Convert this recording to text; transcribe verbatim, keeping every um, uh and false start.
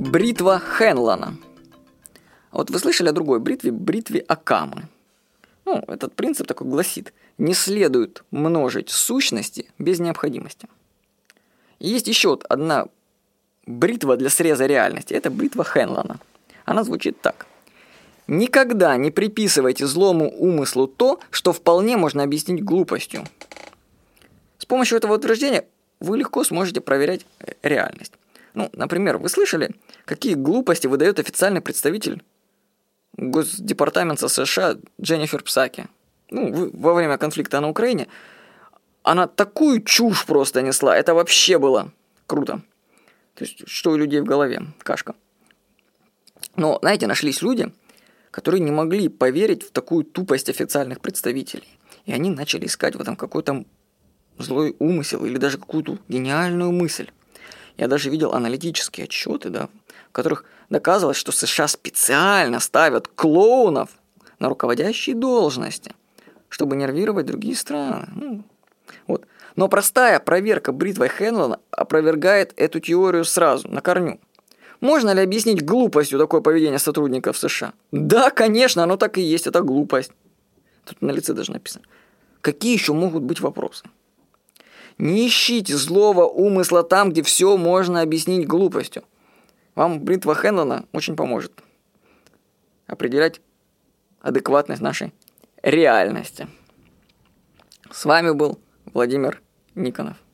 Бритва Хенлона. Вот вы слышали о другой бритве, бритве Акамы? Ну, этот принцип такой гласит: не следует множить сущности без необходимости. И есть еще вот одна бритва для среза реальности. Это бритва Хенлона. Она звучит так: никогда не приписывайте злому умыслу то, что вполне можно объяснить глупостью. С помощью этого утверждения вы легко сможете проверять реальность. Ну, например, вы слышали, какие глупости выдает официальный представитель Госдепартамента США Дженнифер Псаки? Ну, во время конфликта на Украине она такую чушь просто несла. Это вообще было круто. То есть, что у людей в голове? Кашка. Но, знаете, нашлись люди, которые не могли поверить в такую тупость официальных представителей. И они начали искать в этом какой-то злой умысел или даже какую-то гениальную мысль. Я даже видел аналитические отчеты, да, в которых доказывалось, что США специально ставят клоунов на руководящие должности, чтобы нервировать другие страны. Ну, вот. Но простая проверка бритвой Хенлона опровергает эту теорию сразу, на корню. Можно ли объяснить глупостью такое поведение сотрудников США? Да, конечно, оно так и есть, это глупость. Тут на лице даже написано. Какие еще могут быть вопросы? Не ищите злого умысла там, где все можно объяснить глупостью. Вам бритва Хенлона очень поможет определять адекватность нашей реальности. С вами был Владимир Никонов.